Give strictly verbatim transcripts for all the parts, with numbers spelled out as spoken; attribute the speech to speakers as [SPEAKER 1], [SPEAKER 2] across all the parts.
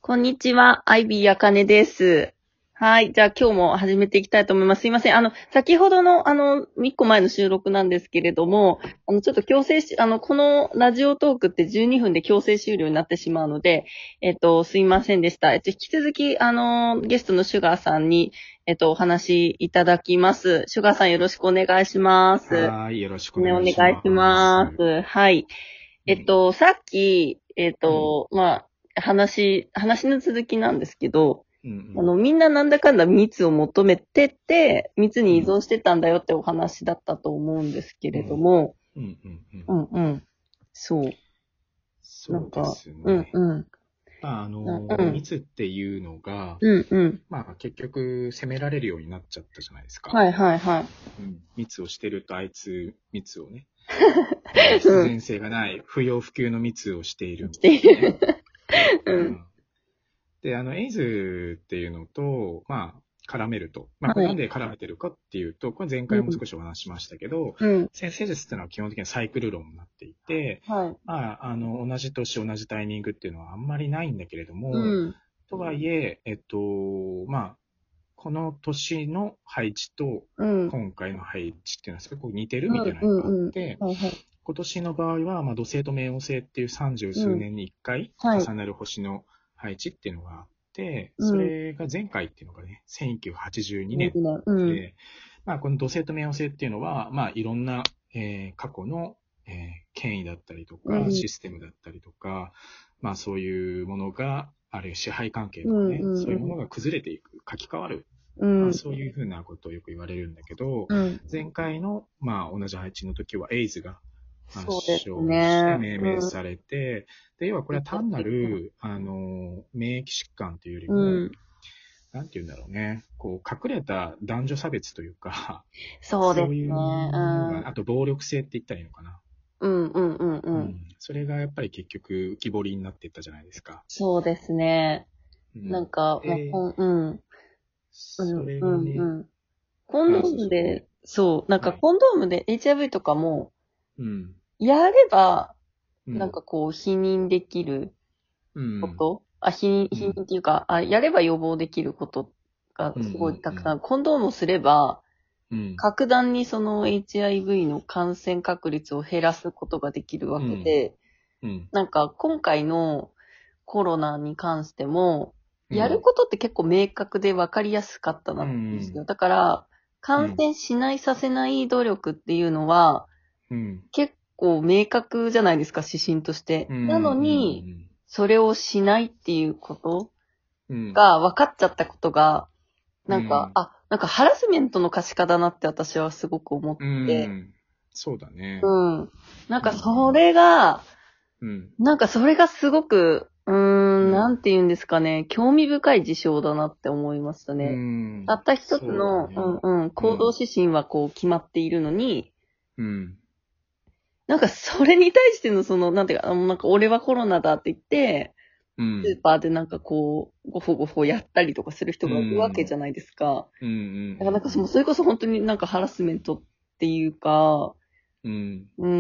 [SPEAKER 1] こんにちは、アイビーあかねです。はい。じゃあ今日も始めていきたいと思います。すいません。あの、先ほどの、あの、いっこまえの収録なんですけれども、あの、ちょっと強制し、あの、このラジオトークってじゅうにふんで強制終了になってしまうので、えっと、すいませんでした。えっと、引き続き、あの、ゲストのシュガーさんに、えっと、お話いただきます。シュガーさんよろしくお願いします。
[SPEAKER 2] はい、よろしくお
[SPEAKER 1] ね、お願い
[SPEAKER 2] 願いしま
[SPEAKER 1] しま
[SPEAKER 2] す。
[SPEAKER 1] す。はい。えっと、さっき、えっと、まあ、話、話の続きなんですけど、
[SPEAKER 2] うんうん
[SPEAKER 1] あの、みんななんだかんだ密を求めてて、密に依
[SPEAKER 2] うん
[SPEAKER 1] 存してたんだよってお話だったと思うんですけれど
[SPEAKER 2] うん
[SPEAKER 1] も、
[SPEAKER 2] うんうんうん
[SPEAKER 1] うんうん。そう。な
[SPEAKER 2] そうで
[SPEAKER 1] んか、うん
[SPEAKER 2] すね。
[SPEAKER 1] うん。
[SPEAKER 2] まあ、あ
[SPEAKER 1] うん
[SPEAKER 2] の、
[SPEAKER 1] うん。
[SPEAKER 2] 密っていうのが、
[SPEAKER 1] うんうん。
[SPEAKER 2] まあ、結局、責められるようになっちゃったじゃないですか。
[SPEAKER 1] はいはいはい。
[SPEAKER 2] うん、密をしてると、あいつ、密をね、えー必
[SPEAKER 1] うん。
[SPEAKER 2] 然性がない、不要不急の密をしているみ
[SPEAKER 1] して
[SPEAKER 2] たいなね。
[SPEAKER 1] いる。うん。
[SPEAKER 2] うん。で、あの、エイズっていうのと、まあ、絡めると。まあ、これなん
[SPEAKER 1] はい。
[SPEAKER 2] で絡めてるかっていうと、これ前
[SPEAKER 1] うん。
[SPEAKER 2] 回も少しお話ししましたけど、
[SPEAKER 1] うん。
[SPEAKER 2] 先生術っていうのは基本的にはサイクル論になっていて、
[SPEAKER 1] はい。
[SPEAKER 2] まあ、あの、同じ年、同じタイミングっていうのはあんまりないんだけれど
[SPEAKER 1] う
[SPEAKER 2] も、
[SPEAKER 1] ん。
[SPEAKER 2] とはいえ、えっと、まあ、この年の配置と
[SPEAKER 1] うん。
[SPEAKER 2] 今回の配置っていうのはすごく似てる
[SPEAKER 1] うん
[SPEAKER 2] みたいなのがあっ
[SPEAKER 1] うんうん。
[SPEAKER 2] て、
[SPEAKER 1] はいはい。
[SPEAKER 2] 今年の場合は、まあ、土星と冥王星っていう三十
[SPEAKER 1] うん。
[SPEAKER 2] 数年に一回
[SPEAKER 1] はい。
[SPEAKER 2] 重なる星の配置っていうのがあって、そ
[SPEAKER 1] うん。
[SPEAKER 2] れが前回っていうのがね、せんきゅうひゃくはちじゅうにねん
[SPEAKER 1] いいね。うん。
[SPEAKER 2] で、まあ、この土星と冥王星っていうのは、まあ、いろんな、えー過去の、えー権威だったりとか、
[SPEAKER 1] うん。
[SPEAKER 2] システムだったりとか、まあ、そういうものが、あるいは支配関係
[SPEAKER 1] うん。
[SPEAKER 2] とかね、そういうも
[SPEAKER 1] うん。
[SPEAKER 2] のが崩れていく、書き換わる。まあ、
[SPEAKER 1] うん。
[SPEAKER 2] そういうふうなことをよく言われるんだけど、
[SPEAKER 1] うん。
[SPEAKER 2] 前回の、まあ、同じ配置の時はエイズが発
[SPEAKER 1] そうです
[SPEAKER 2] 症して
[SPEAKER 1] ね。
[SPEAKER 2] 命名
[SPEAKER 1] うん。
[SPEAKER 2] されて、で、要はこれは単なる、あの、免疫疾患というより
[SPEAKER 1] う
[SPEAKER 2] も、
[SPEAKER 1] ん。
[SPEAKER 2] なんて言うんだろうね、こう、隠れた男女差別というか、
[SPEAKER 1] そうですね。
[SPEAKER 2] そういうものが、あと暴力性って言ったらいいのかな。
[SPEAKER 1] うん。うんうんうんうん。
[SPEAKER 2] うん。それがやっぱり結局浮き彫りになっていったじゃないですか。
[SPEAKER 1] そうですね。
[SPEAKER 2] うん。
[SPEAKER 1] なんか、まあ、
[SPEAKER 2] で、
[SPEAKER 1] こん、うん。うん、
[SPEAKER 2] それ
[SPEAKER 1] うん、
[SPEAKER 2] がね、
[SPEAKER 1] うん。コンド
[SPEAKER 2] あ、
[SPEAKER 1] ー
[SPEAKER 2] そうそう、ごめん。
[SPEAKER 1] ムで、そう、なんか
[SPEAKER 2] はい。
[SPEAKER 1] コンドームで エイチアイブイ とかも、
[SPEAKER 2] うん。
[SPEAKER 1] やれば、
[SPEAKER 2] うん。
[SPEAKER 1] なんかこう、否認できる
[SPEAKER 2] うん。
[SPEAKER 1] こと、あ、否認、否認
[SPEAKER 2] うん。
[SPEAKER 1] っていうか、あ、やれば予防できることが
[SPEAKER 2] うん。う
[SPEAKER 1] すごい
[SPEAKER 2] ん。うん。
[SPEAKER 1] たくさん、コンドームをすれば、
[SPEAKER 2] うん。
[SPEAKER 1] 格段にその エイチアイブイ の感染確率を減らすことができるわ
[SPEAKER 2] うん。
[SPEAKER 1] けで、
[SPEAKER 2] うん。
[SPEAKER 1] なんか今回のコロナに関しても、やる
[SPEAKER 2] うん。
[SPEAKER 1] ことって結構明確で分かりやすかったな
[SPEAKER 2] う
[SPEAKER 1] って思うんです
[SPEAKER 2] ん。
[SPEAKER 1] よ。だから、
[SPEAKER 2] うん。
[SPEAKER 1] 感染しないさせない努力っていうのは、
[SPEAKER 2] うん。
[SPEAKER 1] 結構明確じゃないですか、指針として。
[SPEAKER 2] うん。う
[SPEAKER 1] なのに、
[SPEAKER 2] ん。
[SPEAKER 1] それをしないっていうこと
[SPEAKER 2] うん。
[SPEAKER 1] が分かっちゃったことが、なんか、
[SPEAKER 2] うん。
[SPEAKER 1] あ、なんかハラスメントの可視化だなって私はすごく思っ
[SPEAKER 2] う
[SPEAKER 1] て、
[SPEAKER 2] ん。そうだね。
[SPEAKER 1] うん。なんか
[SPEAKER 2] うん。
[SPEAKER 1] それが、
[SPEAKER 2] うん。
[SPEAKER 1] なんかそれがすごく、うーん、な
[SPEAKER 2] うん。
[SPEAKER 1] んて言うんですかね、興味深い事象だなって思いました
[SPEAKER 2] う
[SPEAKER 1] ね。た
[SPEAKER 2] ん。
[SPEAKER 1] った一つ
[SPEAKER 2] そうだ
[SPEAKER 1] の、
[SPEAKER 2] ね。
[SPEAKER 1] うんうん、行動
[SPEAKER 2] うん。
[SPEAKER 1] 指針はこう決まっているのに、
[SPEAKER 2] うん。
[SPEAKER 1] なんかそれに対してのその、なんていうか、あのなんか俺はコロナだって言って、
[SPEAKER 2] うん。
[SPEAKER 1] スーパーでなんかこう、ごほごほやったりとかする人
[SPEAKER 2] う
[SPEAKER 1] がいるわけじ
[SPEAKER 2] ん。
[SPEAKER 1] ゃないですか。
[SPEAKER 2] うん。
[SPEAKER 1] だからなんかその、それこそ本当になんかハラスメントっていうか、
[SPEAKER 2] うん。
[SPEAKER 1] うん、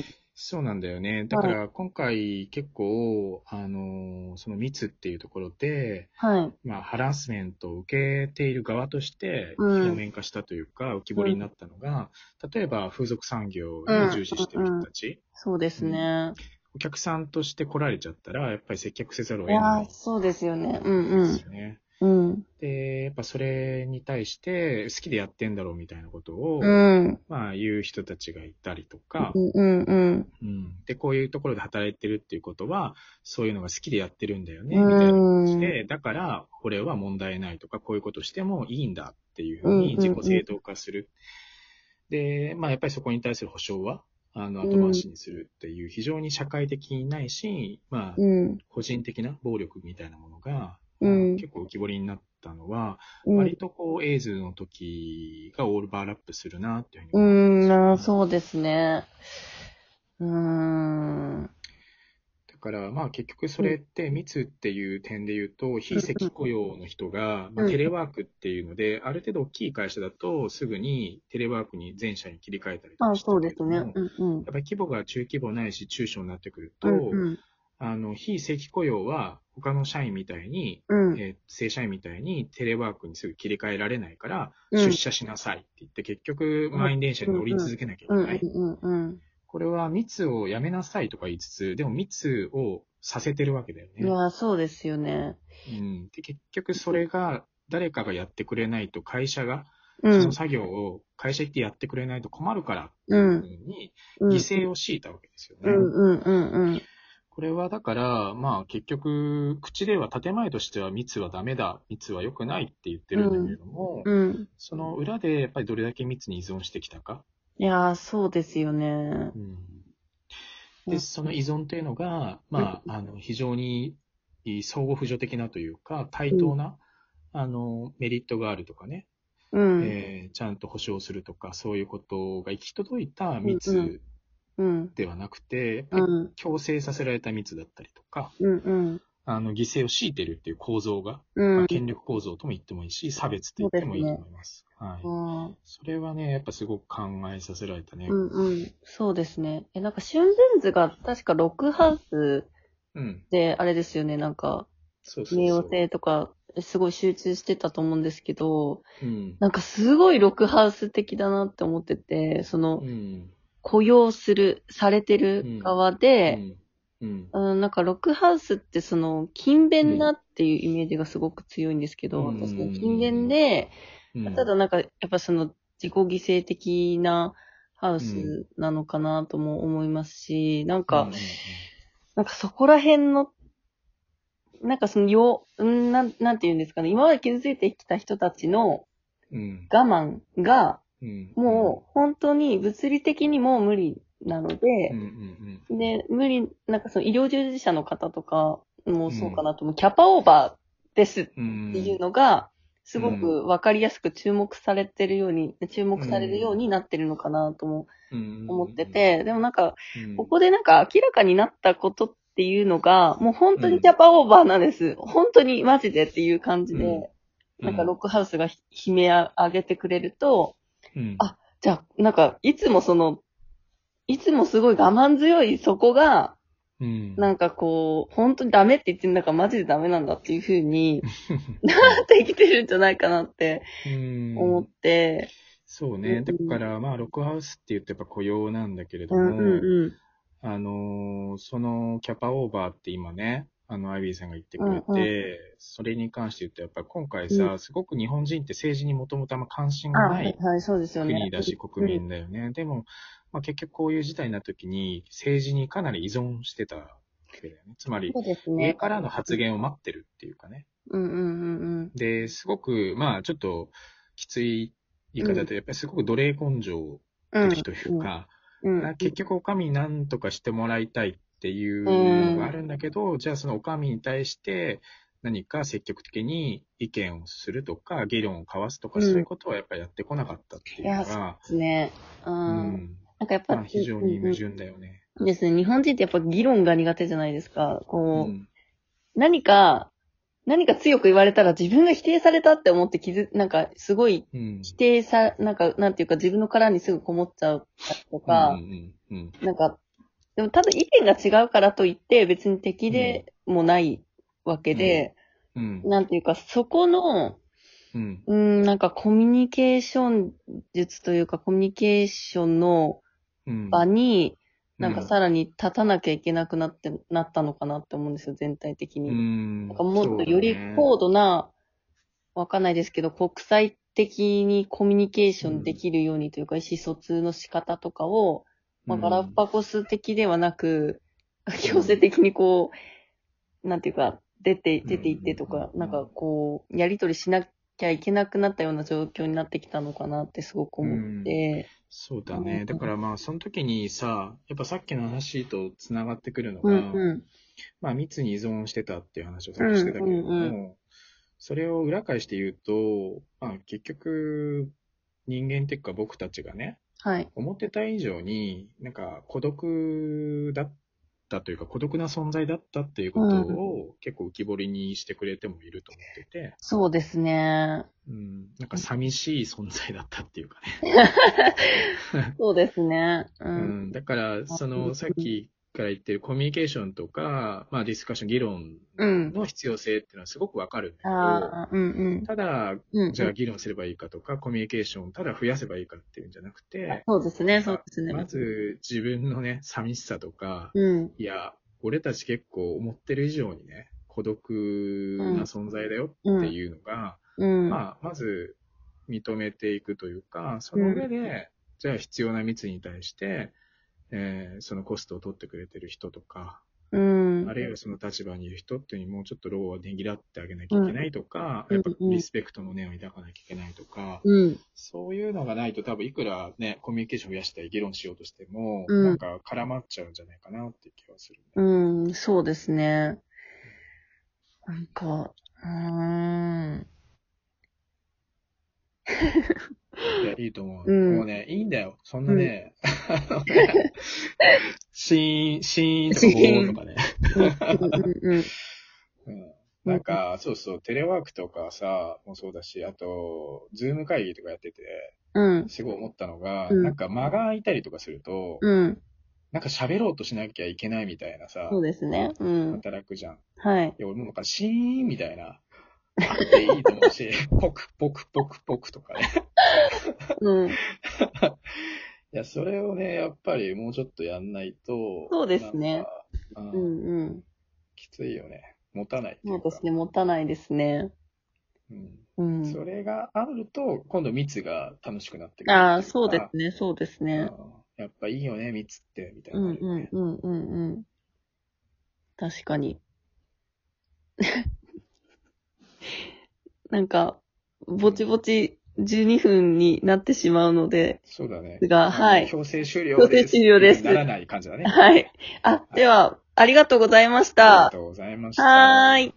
[SPEAKER 2] そうなんだよね。だか
[SPEAKER 1] はい、
[SPEAKER 2] ら今回結構、あの、その密っていうところで、
[SPEAKER 1] はい、
[SPEAKER 2] まあ、ハラスメントを受けている側として
[SPEAKER 1] うん、
[SPEAKER 2] 表面化したというか、浮き彫
[SPEAKER 1] うん、
[SPEAKER 2] りになったのが、例えば風俗産業
[SPEAKER 1] うん、
[SPEAKER 2] に従事している
[SPEAKER 1] うん、うん、
[SPEAKER 2] 人たち、
[SPEAKER 1] そうです
[SPEAKER 2] うん、
[SPEAKER 1] ね。
[SPEAKER 2] お客さんとして来られちゃったら、やっぱり接客せざるを
[SPEAKER 1] いやー、
[SPEAKER 2] 得ない
[SPEAKER 1] そうですよね。うん
[SPEAKER 2] で
[SPEAKER 1] うん。
[SPEAKER 2] すよね。
[SPEAKER 1] うん。
[SPEAKER 2] で、やっぱそれに対して好きでやってんだろうみたいなこと
[SPEAKER 1] う
[SPEAKER 2] を、
[SPEAKER 1] ん。
[SPEAKER 2] まあ言う人たちがいたりとか、
[SPEAKER 1] うんうんうん。
[SPEAKER 2] うん。で、こういうところで働いてるっていうことは、そういうのが好きでやってるんだよ
[SPEAKER 1] う
[SPEAKER 2] ね、みたいな感じ
[SPEAKER 1] ん。
[SPEAKER 2] で、だから、これは問題ないとか、こういうことしてもいいんだっていうふ
[SPEAKER 1] うん
[SPEAKER 2] うに
[SPEAKER 1] うんうん。
[SPEAKER 2] 自己正当化する。で、まあ、やっぱりそこに対する保証は、あの、後回
[SPEAKER 1] うん。
[SPEAKER 2] しにするっていう、非常に社会的にないし、まあ、
[SPEAKER 1] うん。
[SPEAKER 2] 個人的な暴力みたいなものが、まあ、
[SPEAKER 1] うん。
[SPEAKER 2] 結構浮き彫りになったのは、
[SPEAKER 1] うん。
[SPEAKER 2] 割とこう、エイズの時がオーバーラップするな、っていうふうに
[SPEAKER 1] う
[SPEAKER 2] 思うんですよ
[SPEAKER 1] ん。あー、
[SPEAKER 2] ね。
[SPEAKER 1] そうですね。うーん。
[SPEAKER 2] だから、まあ結局そ
[SPEAKER 1] うん。
[SPEAKER 2] れって密っていう点で言うと、非正規雇用の人が、まあ、
[SPEAKER 1] うん。
[SPEAKER 2] テレワークっていうので、ある程度大きい会社だとすぐにテレワークに全社に切り替えたりと
[SPEAKER 1] あー、
[SPEAKER 2] かした
[SPEAKER 1] そうですね。
[SPEAKER 2] けれども、
[SPEAKER 1] うんうん。
[SPEAKER 2] やっぱり規模が中規模ないし中小になってくる
[SPEAKER 1] うん
[SPEAKER 2] と、
[SPEAKER 1] うん。
[SPEAKER 2] あの、非正規雇用は他の社員みたいに、
[SPEAKER 1] うん。
[SPEAKER 2] えー正社員みたいにテレワークにすぐ切り替えられないから、
[SPEAKER 1] うん
[SPEAKER 2] 出社しなさいって言って、結局満員電車に乗り続けなきゃいけ
[SPEAKER 1] うん。
[SPEAKER 2] ない。
[SPEAKER 1] うん。うん。
[SPEAKER 2] これは密をやめなさいとか言いつつ、でも密をさせてるわけだよね。
[SPEAKER 1] いや、そうですよね。
[SPEAKER 2] うん。で、結局それが誰かがやってくれないと会社が、
[SPEAKER 1] うん。
[SPEAKER 2] その作業を会社行ってやってくれないと困るからって
[SPEAKER 1] う。
[SPEAKER 2] いうんふうに
[SPEAKER 1] うん。
[SPEAKER 2] 犠牲を強いたわけですよね。
[SPEAKER 1] うん。うん。うん。うん。
[SPEAKER 2] これはだから、まあ結局、口では建前としては密はダメだ、密は良くないって言ってるんだけれども、
[SPEAKER 1] うん。
[SPEAKER 2] その裏でやっぱりどれだけ密に依存してきたか。
[SPEAKER 1] いや、そうですよね。
[SPEAKER 2] うん、で、その依存というのが、まあ、あの、非常に相互扶助的なというか、対等な、あの、メリットがあるとかね、
[SPEAKER 1] うん。
[SPEAKER 2] えーちゃんと保障するとか、そういうことが行き届いた
[SPEAKER 1] うん。
[SPEAKER 2] 密
[SPEAKER 1] うん。
[SPEAKER 2] ではなくて、やっぱり
[SPEAKER 1] うん。
[SPEAKER 2] 強制させられた密だったりとか、
[SPEAKER 1] うん。うん。
[SPEAKER 2] あの、犠牲を強いてるっていう構造が、
[SPEAKER 1] うん。
[SPEAKER 2] まあ権力構造とも言ってもいいし、差別と言ってもいいと思います。はい。
[SPEAKER 1] うん。
[SPEAKER 2] それはね、やっぱすごく考えさせられたね。
[SPEAKER 1] うんうん。そうですね。え、なんか、春分図が確かロックハウス
[SPEAKER 2] うん。
[SPEAKER 1] で、あれですよね、なんか、
[SPEAKER 2] そうそうそう。
[SPEAKER 1] 冥王星とか、すごい集中してたと思うんですけど、
[SPEAKER 2] うん。
[SPEAKER 1] なんかすごいロックハウス的だなって思ってて、その
[SPEAKER 2] う、ん。
[SPEAKER 1] 雇用する、されてる側
[SPEAKER 2] う
[SPEAKER 1] で、
[SPEAKER 2] ん。うん。
[SPEAKER 1] うん、なんかロックハウスってその、勤勉なっていうイメージがすごく強いんですけど、
[SPEAKER 2] うん
[SPEAKER 1] 私の勤勉で、
[SPEAKER 2] うん
[SPEAKER 1] ただなんか、やっぱその、自己犠牲的なハウスなのかなとも思いますし、なんか、
[SPEAKER 2] うん
[SPEAKER 1] なんかそこら辺の、なんかそのよ、うんなん、なんて言うんですかね、今まで傷ついてきた人たちの
[SPEAKER 2] うん
[SPEAKER 1] 我慢が、
[SPEAKER 2] うん
[SPEAKER 1] もう本当に物理的にも無理なの
[SPEAKER 2] うん
[SPEAKER 1] で、
[SPEAKER 2] うん
[SPEAKER 1] で、無理、なんかその医療従事者の方とかもそうか
[SPEAKER 2] うん
[SPEAKER 1] なと思う、キャパオーバーですっ
[SPEAKER 2] うん
[SPEAKER 1] ていうのが、すごくわかりやすく注目されてるように、注目されるようになってるのかなとも
[SPEAKER 2] うん
[SPEAKER 1] 思ってて、でもなんか、
[SPEAKER 2] うん
[SPEAKER 1] ここでなんか明らかになったことっていうのが、もう本当にキャパオーバーなんです。本当にマジでっていう感じで、
[SPEAKER 2] うん
[SPEAKER 1] なんかロックハウスが悲鳴上げてくれると、
[SPEAKER 2] うん
[SPEAKER 1] あ、じゃあ、なんか、いつもその、いつもすごい我慢強いそこが、
[SPEAKER 2] うん
[SPEAKER 1] なんかこう、本当にダメって言ってるんだからマジでダメなんだっていう風になってきてるんじゃないかなって
[SPEAKER 2] うん
[SPEAKER 1] 思って、
[SPEAKER 2] そうね。だ
[SPEAKER 1] うん
[SPEAKER 2] から、まあ、ロックハウスって言ってやっぱ雇用なんだけれど
[SPEAKER 1] うん
[SPEAKER 2] も、
[SPEAKER 1] うんうん。
[SPEAKER 2] あのーそのキャパオーバーって今ね、あの、アイビーさんが言ってくれて、
[SPEAKER 1] うんう
[SPEAKER 2] それに関して言うと、やっぱり今回
[SPEAKER 1] う
[SPEAKER 2] さ、すごく日本人って政治にもともとあんま関心
[SPEAKER 1] あ、
[SPEAKER 2] がない
[SPEAKER 1] はい、はい、そうですよね。
[SPEAKER 2] 国だし、国民だよね。でも、まあ、結局こういう事態になった時に、政治にかなり依存してたわけだよね。つまり、
[SPEAKER 1] そうですね。
[SPEAKER 2] 上からの発言を待ってるっていうかね。
[SPEAKER 1] うんうんうん
[SPEAKER 2] で、すごく、まあ、ちょっときつい言い方で、やっぱりすごく奴隷根性
[SPEAKER 1] うん。
[SPEAKER 2] 的というか、
[SPEAKER 1] うん、うん。
[SPEAKER 2] あ結局、お上に何とかしてもらいたいっていうのがあるんだけど、じゃあそのお上に対して何か積極的に意見をするとか、議論を交わすとか、
[SPEAKER 1] うん
[SPEAKER 2] そういうことはやっぱりやってこなかったって
[SPEAKER 1] いや、そう
[SPEAKER 2] いうのが、
[SPEAKER 1] ですね。う。
[SPEAKER 2] うんん、
[SPEAKER 1] なんかやっぱ、
[SPEAKER 2] まあ非常に矛
[SPEAKER 1] うん
[SPEAKER 2] 盾だよね。
[SPEAKER 1] うんですね。日本人ってやっぱ議論が苦手じゃないですか。
[SPEAKER 2] う
[SPEAKER 1] こう、
[SPEAKER 2] ん。
[SPEAKER 1] 何か、何か強く言われたら自分が否定されたって思って気づ、なんかすごい
[SPEAKER 2] うん。
[SPEAKER 1] 否定さ、なんか、なんていうか自分の殻にすぐこもっちゃうとか、
[SPEAKER 2] うんうんうん
[SPEAKER 1] なんか、でも多分意見が違うからといって別に敵でもないわけで、
[SPEAKER 2] うん。
[SPEAKER 1] なんていうかそこの、
[SPEAKER 2] うん。
[SPEAKER 1] うーん、なんかコミュニケーション術というかコミュニケーションの
[SPEAKER 2] うん。
[SPEAKER 1] 場に、
[SPEAKER 2] うん
[SPEAKER 1] なんかさらに立たなきゃいけなくなって、なったのかなって思うんですよ、全体的
[SPEAKER 2] う
[SPEAKER 1] に。
[SPEAKER 2] ん。
[SPEAKER 1] なんかもっ
[SPEAKER 2] そうだ
[SPEAKER 1] とより
[SPEAKER 2] ね
[SPEAKER 1] 高度な、わかんないですけど、国際的にコミュニケーションできるようにというか、意思疎通の仕方とかを、まあ、ガラパゴス的ではなく、強制的にこう、なんていうか、出て、出ていってとか、
[SPEAKER 2] うん
[SPEAKER 1] なんかこう、やりとりしなきゃいけなくなったような状況になってきたのかなってすごく思って、
[SPEAKER 2] そうだね。
[SPEAKER 1] うん
[SPEAKER 2] だからまあ、その時にさ、やっぱさっきの話とつながってくるの
[SPEAKER 1] う
[SPEAKER 2] が、
[SPEAKER 1] んうん。
[SPEAKER 2] まあ、密に依存してたっていう話をさっきしてたけれども、
[SPEAKER 1] うんうん
[SPEAKER 2] それを裏返して言うと、まあ、結局、人間っていうか僕たちがね、
[SPEAKER 1] はい。
[SPEAKER 2] 思ってた以上に、なんか孤独だったというか、孤独な存在だったっていうことを結構浮き彫りにしてくれてもいると思ってて、
[SPEAKER 1] そうですね。
[SPEAKER 2] うん、なんか寂しい存在だったっていうかね。
[SPEAKER 1] そうですね。う。
[SPEAKER 2] うんん、だから、その、さっきから言ってるコミュニケーションとか、まあディスカッション、議論
[SPEAKER 1] うん。
[SPEAKER 2] の必要性っていうのはすごくわかるんだけど、
[SPEAKER 1] ああ、うんうん。
[SPEAKER 2] ただ、
[SPEAKER 1] うんうん
[SPEAKER 2] じゃあ議論すればいいかとか、コミュニケーションをただ増やせばいいかっていうんじゃなくて、
[SPEAKER 1] そうですね、そうですね。
[SPEAKER 2] まず自分のね、寂しさとか、
[SPEAKER 1] うん。
[SPEAKER 2] いや、俺たち結構思ってる以上にね、孤独な存在だよっていうのが、
[SPEAKER 1] うん。
[SPEAKER 2] まあ、まず認めていくというか、その上で、じゃあ必要な密に対して、えーそのコストを取ってくれてる人とか、
[SPEAKER 1] うん。
[SPEAKER 2] あるいはその立場にいる人っていうのにもうちょっと労をねぎらってあげなきゃいけないとか、
[SPEAKER 1] うん
[SPEAKER 2] やっぱリスペクトの念を抱かなきゃいけないとか、
[SPEAKER 1] うん。
[SPEAKER 2] そういうのがないと多分いくらね、コミュニケーションを増やしたり議論しようとしても、
[SPEAKER 1] うん
[SPEAKER 2] なんか絡まっちゃうんじゃないかなっていう気がする、ね。
[SPEAKER 1] うん、そうですね。なんか、うーん。
[SPEAKER 2] いや、いいと思う。
[SPEAKER 1] うん
[SPEAKER 2] もうね、いいんだよ。そんなね、あのねシーン、シーンとか
[SPEAKER 1] シーン
[SPEAKER 2] ボーンとかね。
[SPEAKER 1] うんうん
[SPEAKER 2] うんなんか、そうそう、テレワークとかさ、もそうだし、あと、ズーム会議とかやってて、
[SPEAKER 1] うん。
[SPEAKER 2] すごい思ったのが、
[SPEAKER 1] うん
[SPEAKER 2] なんか間が空いたりとかすると、
[SPEAKER 1] うん。
[SPEAKER 2] なんか喋ろうとしなきゃいけないみたいなさ
[SPEAKER 1] そう、ですね。うん。
[SPEAKER 2] 働くじゃん。い
[SPEAKER 1] はい。
[SPEAKER 2] や、俺もなんかシーンみたいな、あっていいと思うし、ポクポクポクポクとかね。
[SPEAKER 1] うん。
[SPEAKER 2] いや、それをね、やっぱりもうちょっとやんないと、
[SPEAKER 1] そうですね。
[SPEAKER 2] なんか。
[SPEAKER 1] う
[SPEAKER 2] うん
[SPEAKER 1] んうん。
[SPEAKER 2] きついよね。持たないっていうか。
[SPEAKER 1] そうですね、持たないですね。
[SPEAKER 2] うん。
[SPEAKER 1] うん。
[SPEAKER 2] それがあると、今度密が楽しくなってくるっていうか。
[SPEAKER 1] ああ、そうですね、そうですね。
[SPEAKER 2] うんやっぱいいよね、密って、みたい
[SPEAKER 1] うん
[SPEAKER 2] なのあるよね。
[SPEAKER 1] うんうんうんうん。確かに。なんか、ぼちぼちじゅうにふんになってしまうので、
[SPEAKER 2] そうだね。
[SPEAKER 1] がはい
[SPEAKER 2] 強制終了
[SPEAKER 1] 強制
[SPEAKER 2] です。
[SPEAKER 1] 終了です
[SPEAKER 2] ならない感じだね。
[SPEAKER 1] はい。あ、では、ありがとうございまし
[SPEAKER 2] ありが
[SPEAKER 1] た。
[SPEAKER 2] とうございました。
[SPEAKER 1] はーい。